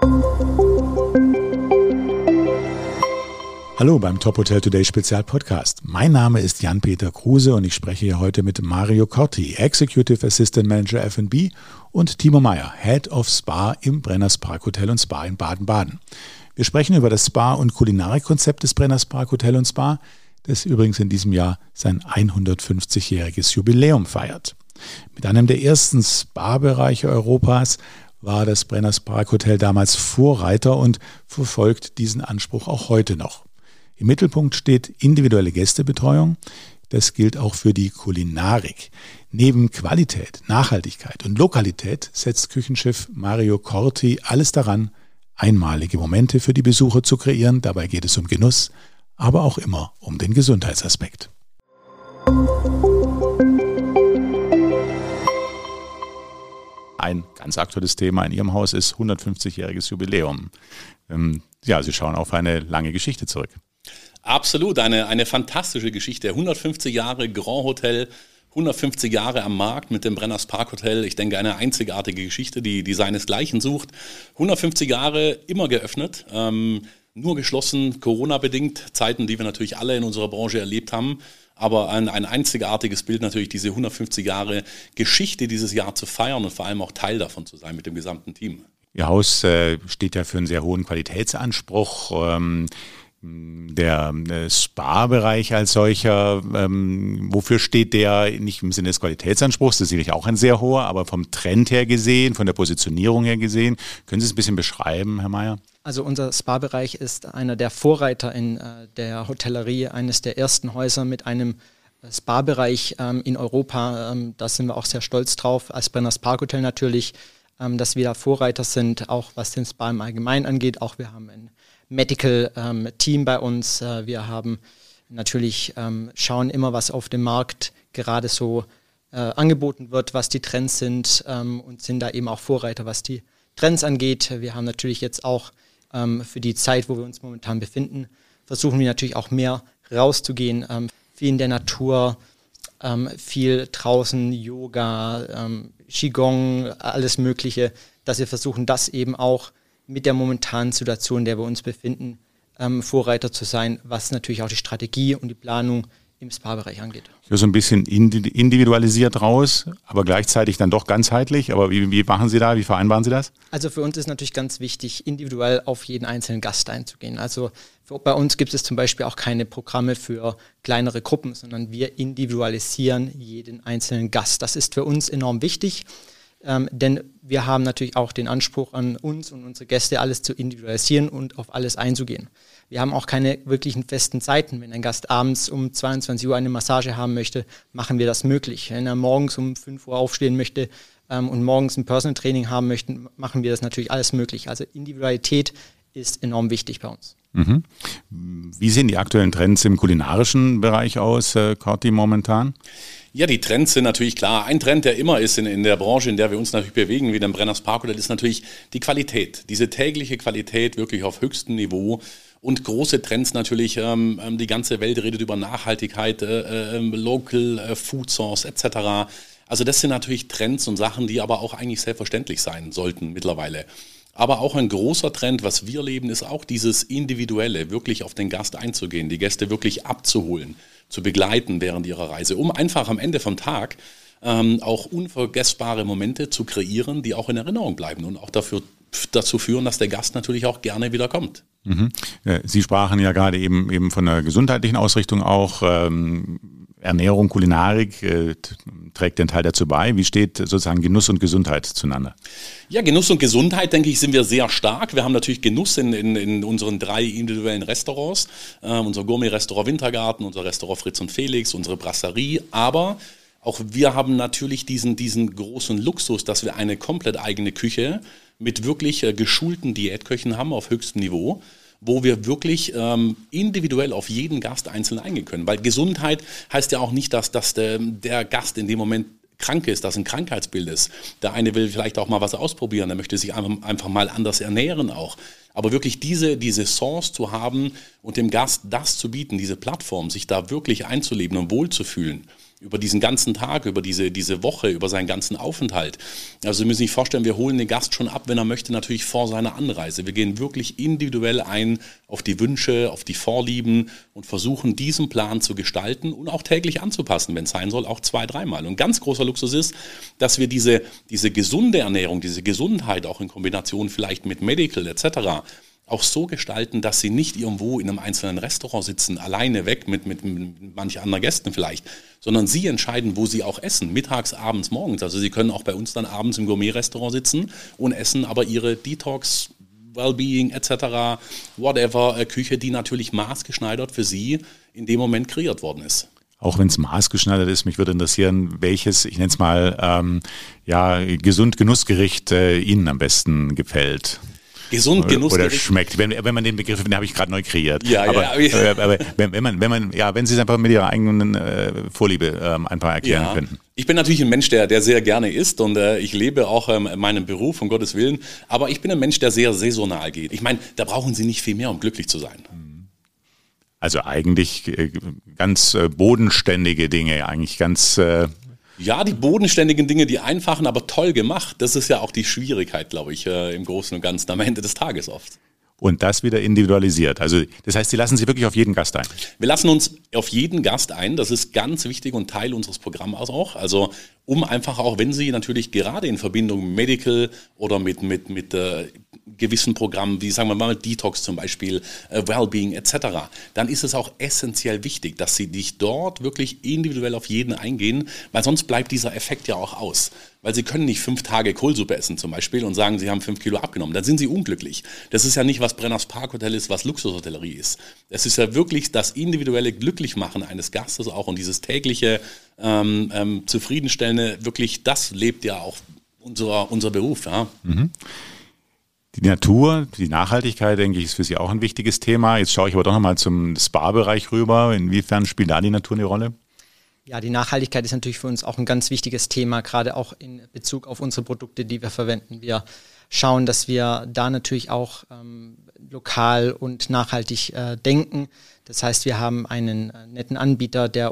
Hallo beim Top Hotel Today Spezialpodcast. Mein Name ist Jan-Peter Kruse und ich spreche hier heute mit Mario Corti, Executive Assistant Manager F&B, und Timo Meyer, Head of Spa im Brenners Park Hotel und Spa in Baden-Baden. Wir sprechen über das Spa- und Kulinarikkonzept des Brenners Park Hotel und Spa, das übrigens in diesem Jahr sein 150-jähriges Jubiläum feiert. Mit einem der ersten Spa-Bereiche Europas war das Brenners Park Hotel damals Vorreiter und verfolgt diesen Anspruch auch heute noch. Im Mittelpunkt steht individuelle Gästebetreuung. Das gilt auch für die Kulinarik. Neben Qualität, Nachhaltigkeit und Lokalität setzt Küchenchef Mario Corti alles daran, einmalige Momente für die Besucher zu kreieren. Dabei geht es um Genuss, aber auch immer um den Gesundheitsaspekt. Ein ganz aktuelles Thema in Ihrem Haus ist 150-jähriges Jubiläum. Sie schauen auf eine lange Geschichte zurück. Absolut, eine fantastische Geschichte. 150 Jahre Grand Hotel, 150 Jahre am Markt mit dem Brenners Park Hotel. Ich denke, eine einzigartige Geschichte, die seinesgleichen sucht. 150 Jahre immer geöffnet, nur geschlossen, Corona-bedingt. Zeiten, die wir natürlich alle in unserer Branche erlebt haben. Aber ein einzigartiges Bild natürlich, diese 150 Jahre Geschichte dieses Jahr zu feiern und vor allem auch Teil davon zu sein mit dem gesamten Team. Ihr Haus steht ja für einen sehr hohen Qualitätsanspruch. Der Spa-Bereich als solcher, wofür steht der? Nicht im Sinne des Qualitätsanspruchs, das ist sicherlich auch ein sehr hoher, aber vom Trend her gesehen, von der Positionierung her gesehen. Können Sie es ein bisschen beschreiben, Herr Meyer? Also unser Spa-Bereich ist einer der Vorreiter in der Hotellerie, eines der ersten Häuser mit einem Spa-Bereich in Europa. Da sind wir auch sehr stolz drauf, als Brenners Park Hotel natürlich, dass wir da Vorreiter sind, auch was den Spa im Allgemeinen angeht. Auch wir haben ein Medical-Team bei uns. Wir haben natürlich, schauen immer, was auf dem Markt gerade so angeboten wird, was die Trends sind, und sind da eben auch Vorreiter, was die Trends angeht. Wir haben natürlich jetzt auch für die Zeit, wo wir uns momentan befinden, versuchen wir natürlich auch mehr rauszugehen, viel in der Natur, viel draußen, Yoga, Qigong, alles Mögliche, dass wir versuchen, das eben auch mit der momentanen Situation, in der wir uns befinden, Vorreiter zu sein, was natürlich auch die Strategie und die Planung im Spa-Bereich angeht. Ich höre so ein bisschen individualisiert raus, aber gleichzeitig dann doch ganzheitlich. Aber wie machen Sie da, wie vereinbaren Sie das? Also für uns ist natürlich ganz wichtig, individuell auf jeden einzelnen Gast einzugehen. Also bei uns gibt es zum Beispiel auch keine Programme für kleinere Gruppen, sondern wir individualisieren jeden einzelnen Gast. Das ist für uns enorm wichtig. Denn wir haben natürlich auch den Anspruch an uns und unsere Gäste, alles zu individualisieren und auf alles einzugehen. Wir haben auch keine wirklichen festen Zeiten. Wenn ein Gast abends um 22 Uhr eine Massage haben möchte, machen wir das möglich. Wenn er morgens um 5 Uhr aufstehen möchte und morgens ein Personal Training haben möchte, machen wir das natürlich alles möglich. Also Individualität ist enorm wichtig bei uns. Mhm. Wie sehen die aktuellen Trends im kulinarischen Bereich aus, Corti, momentan? Ja, die Trends sind natürlich klar. Ein Trend, der immer ist in der Branche, in der wir uns natürlich bewegen, wie dem Brenners Park Hotel, ist natürlich die Qualität. Diese tägliche Qualität wirklich auf höchstem Niveau. Und große Trends natürlich, die ganze Welt redet über Nachhaltigkeit, Local Food Source etc. Also das sind natürlich Trends und Sachen, die aber auch eigentlich selbstverständlich sein sollten mittlerweile. Aber auch ein großer Trend, was wir leben, ist auch dieses Individuelle, wirklich auf den Gast einzugehen, die Gäste wirklich abzuholen, zu begleiten während ihrer Reise, um einfach am Ende vom Tag auch unvergessbare Momente zu kreieren, die auch in Erinnerung bleiben und auch dazu führen, dass der Gast natürlich auch gerne wieder kommt. Mhm. Sie sprachen ja gerade eben von der gesundheitlichen Ausrichtung auch. Ernährung, Kulinarik trägt den Teil dazu bei. Wie steht sozusagen Genuss und Gesundheit zueinander? Ja, Genuss und Gesundheit, denke ich, sind wir sehr stark. Wir haben natürlich Genuss in unseren 3 individuellen Restaurants. Unser Gourmet-Restaurant Wintergarten, unser Restaurant Fritz und Felix, unsere Brasserie. Aber auch wir haben natürlich diesen großen Luxus, dass wir eine komplett eigene Küche mit wirklich geschulten Diätköchen haben auf höchstem Niveau, wo wir wirklich individuell auf jeden Gast einzeln eingehen können. Weil Gesundheit heißt ja auch nicht, dass der Gast in dem Moment krank ist, dass ein Krankheitsbild ist. Der eine will vielleicht auch mal was ausprobieren, der möchte sich einfach mal anders ernähren auch. Aber wirklich diese Chance zu haben und dem Gast das zu bieten, diese Plattform, sich da wirklich einzuleben und wohlzufühlen, über diesen ganzen Tag, über diese Woche, über seinen ganzen Aufenthalt. Also Sie müssen sich vorstellen, wir holen den Gast schon ab, wenn er möchte, natürlich vor seiner Anreise. Wir gehen wirklich individuell ein auf die Wünsche, auf die Vorlieben und versuchen, diesen Plan zu gestalten und auch täglich anzupassen, wenn es sein soll, auch 2-3 Mal. Und ganz großer Luxus ist, dass wir diese gesunde Ernährung, diese Gesundheit auch in Kombination vielleicht mit Medical etc. auch so gestalten, dass sie nicht irgendwo in einem einzelnen Restaurant sitzen, alleine weg mit manch anderen Gästen vielleicht, sondern sie entscheiden, wo sie auch essen, mittags, abends, morgens. Also sie können auch bei uns dann abends im Gourmet-Restaurant sitzen und essen aber ihre Detox, Wellbeing etc., whatever, Küche, die natürlich maßgeschneidert für sie in dem Moment kreiert worden ist. Auch wenn es maßgeschneidert ist, mich würde interessieren, welches, ich nenne es mal, Gesund-Genussgericht Ihnen am besten gefällt. Gesund, Genussgericht. Oder schmeckt. Wenn man den Begriff, den habe ich gerade neu kreiert. Ja, aber wenn Sie es einfach mit Ihrer eigenen Vorliebe einfach erklären könnten. Ich bin natürlich ein Mensch, der sehr gerne isst und ich lebe auch meinen Beruf, um Gottes Willen. Aber ich bin ein Mensch, der sehr saisonal geht. Ich meine, da brauchen Sie nicht viel mehr, um glücklich zu sein. Also eigentlich ganz bodenständige Dinge, eigentlich ganz... Ja, die bodenständigen Dinge, die einfachen, aber toll gemacht, das ist ja auch die Schwierigkeit, glaube ich, im Großen und Ganzen am Ende des Tages oft. Und das wieder individualisiert. Also das heißt, Sie lassen sich wirklich auf jeden Gast ein? Wir lassen uns auf jeden Gast ein. Das ist ganz wichtig und Teil unseres Programms auch. Also um einfach auch, wenn Sie natürlich gerade in Verbindung Medical oder mit gewissen Programmen, wie sagen wir mal Detox zum Beispiel, Wellbeing etc., dann ist es auch essentiell wichtig, dass Sie dich dort wirklich individuell auf jeden eingehen, weil sonst bleibt dieser Effekt ja auch aus. Weil Sie können nicht 5 Tage Kohlsuppe essen zum Beispiel und sagen, Sie haben 5 Kilo abgenommen. Dann sind Sie unglücklich. Das ist ja nicht, was Brenners Parkhotel ist, was Luxushotellerie ist. Es ist ja wirklich das individuelle Glücklichmachen eines Gastes auch und dieses tägliche Zufriedenstellende, wirklich, das lebt ja auch unser Beruf. Ja. Mhm. Die Natur, die Nachhaltigkeit, denke ich, ist für Sie auch ein wichtiges Thema. Jetzt schaue ich aber doch nochmal zum Spa-Bereich rüber. Inwiefern spielt da die Natur eine Rolle? Ja, die Nachhaltigkeit ist natürlich für uns auch ein ganz wichtiges Thema, gerade auch in Bezug auf unsere Produkte, die wir verwenden. Wir schauen, dass wir da natürlich auch lokal und nachhaltig denken. Das heißt, wir haben einen netten Anbieter, der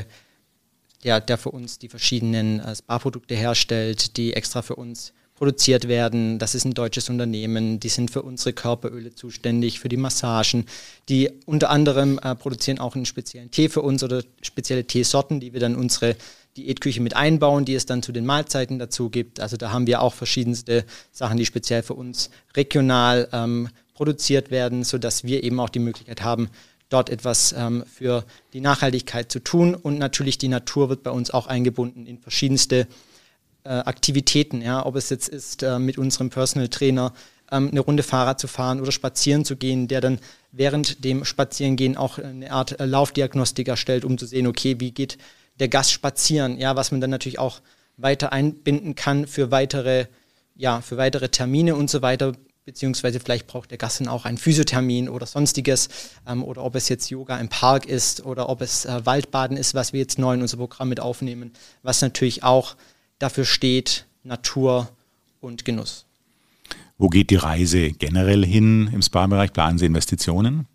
für uns die verschiedenen Spa-Produkte herstellt, die extra für uns produziert werden. Das ist ein deutsches Unternehmen, die sind für unsere Körperöle zuständig, für die Massagen. Die unter anderem produzieren auch einen speziellen Tee für uns oder spezielle Teesorten, die wir dann in unsere Diätküche mit einbauen, die es dann zu den Mahlzeiten dazu gibt. Also da haben wir auch verschiedenste Sachen, die speziell für uns regional produziert werden, sodass wir eben auch die Möglichkeit haben, dort etwas für die Nachhaltigkeit zu tun. Und natürlich die Natur wird bei uns auch eingebunden in verschiedenste Aktivitäten, ja, ob es jetzt ist, mit unserem Personal Trainer eine Runde Fahrrad zu fahren oder spazieren zu gehen, der dann während dem Spazierengehen auch eine Art Laufdiagnostik erstellt, um zu sehen, okay, wie geht der Gast spazieren, ja, was man dann natürlich auch weiter einbinden kann für weitere Termine und so weiter, beziehungsweise vielleicht braucht der Gast dann auch einen Physiothermin oder sonstiges, oder ob es jetzt Yoga im Park ist oder ob es Waldbaden ist, was wir jetzt neu in unser Programm mit aufnehmen, was natürlich auch dafür steht, Natur und Genuss. Wo geht die Reise generell hin im Spa-Bereich? Planen Sie Investitionen?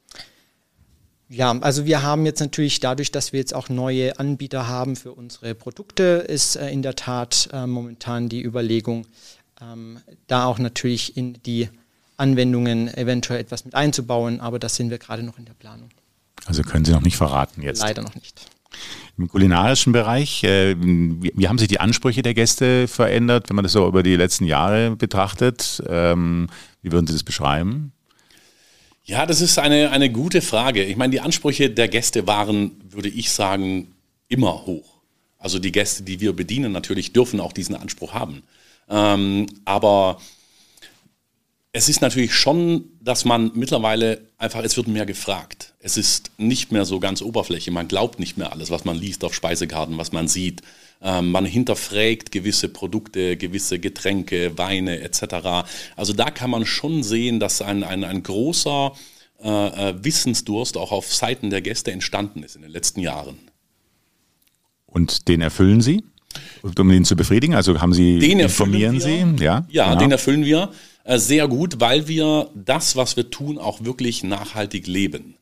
Ja, also wir haben jetzt natürlich dadurch, dass wir jetzt auch neue Anbieter haben für unsere Produkte, ist in der Tat momentan die Überlegung, da auch natürlich in die Anwendungen eventuell etwas mit einzubauen, aber das sind wir gerade noch in der Planung. Also können Sie noch nicht verraten jetzt? Leider noch nicht. Im kulinarischen Bereich, wie haben sich die Ansprüche der Gäste verändert, wenn man das so über die letzten Jahre betrachtet? Wie würden Sie das beschreiben? Ja, das ist eine gute Frage. Ich meine, die Ansprüche der Gäste waren, würde ich sagen, immer hoch. Also die Gäste, die wir bedienen, natürlich dürfen auch diesen Anspruch haben. Aber es ist natürlich schon, dass man mittlerweile einfach, es wird mehr gefragt. Es ist nicht mehr so ganz oberflächlich. Man glaubt nicht mehr alles, was man liest auf Speisekarten, was man sieht. Man hinterfragt gewisse Produkte, gewisse Getränke, Weine etc. Also da kann man schon sehen, dass ein großer Wissensdurst auch auf Seiten der Gäste entstanden ist in den letzten Jahren. Und den erfüllen Sie, um ihn zu befriedigen? Also informieren Sie? Ja, genau. Den erfüllen wir sehr gut, weil wir das, was wir tun, auch wirklich nachhaltig leben.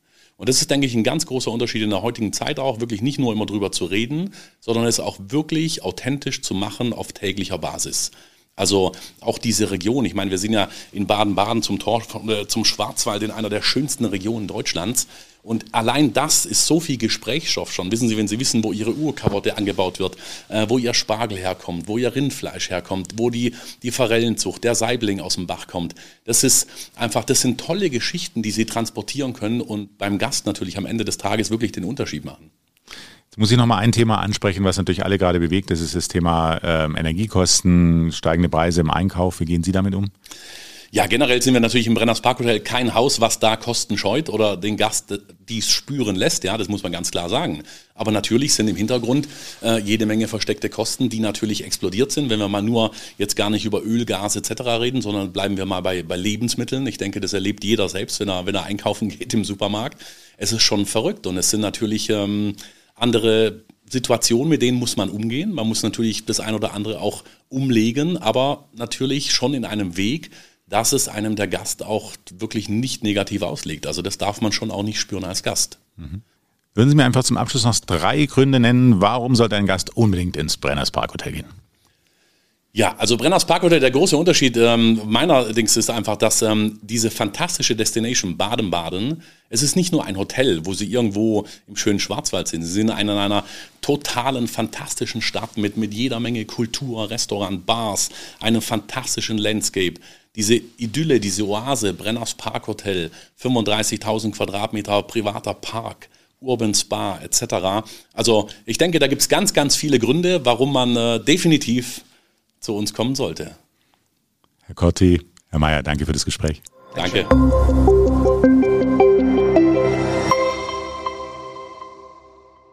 Und das ist, denke ich, ein ganz großer Unterschied in der heutigen Zeit auch, wirklich nicht nur immer drüber zu reden, sondern es auch wirklich authentisch zu machen auf täglicher Basis. Also auch diese Region, ich meine, wir sind ja in Baden-Baden zum Schwarzwald in einer der schönsten Regionen Deutschlands. Und allein das ist so viel Gesprächsstoff schon. Wissen Sie, wenn Sie wissen, wo Ihre Urkarotte angebaut wird, wo Ihr Spargel herkommt, wo Ihr Rindfleisch herkommt, wo die Forellenzucht, der Saibling aus dem Bach kommt. Das sind tolle Geschichten, die Sie transportieren können und beim Gast natürlich am Ende des Tages wirklich den Unterschied machen. Jetzt muss ich nochmal ein Thema ansprechen, was natürlich alle gerade bewegt. Das ist das Thema Energiekosten, steigende Preise im Einkauf. Wie gehen Sie damit um? Ja, generell sind wir natürlich im Brenners Parkhotel kein Haus, was da Kosten scheut oder den Gast dies spüren lässt. Ja, das muss man ganz klar sagen. Aber natürlich sind im Hintergrund jede Menge versteckte Kosten, die natürlich explodiert sind. Wenn wir mal nur jetzt gar nicht über Öl, Gas etc. reden, sondern bleiben wir mal bei Lebensmitteln. Ich denke, das erlebt jeder selbst, wenn er einkaufen geht im Supermarkt. Es ist schon verrückt und es sind natürlich andere Situationen, mit denen muss man umgehen. Man muss natürlich das ein oder andere auch umlegen, aber natürlich schon in einem Weg, dass es einem der Gast auch wirklich nicht negativ auslegt. Also das darf man schon auch nicht spüren als Gast. Würden Sie mir einfach zum Abschluss noch 3 Gründe nennen, warum sollte ein Gast unbedingt ins Brenners Parkhotel gehen? Ja, also Brenners Parkhotel, der große Unterschied meinerseits ist einfach, dass diese fantastische Destination Baden-Baden, es ist nicht nur ein Hotel, wo Sie irgendwo im schönen Schwarzwald sind. Sie sind in einer totalen, fantastischen Stadt mit jeder Menge Kultur, Restaurant, Bars, einem fantastischen Landscape. Diese Idylle, diese Oase, Brenners Parkhotel, 35.000 Quadratmeter privater Park, Urban Spa etc. Also ich denke, da gibt es ganz, ganz viele Gründe, warum man definitiv zu uns kommen sollte. Herr Corti, Herr Meyer, danke für das Gespräch. Danke.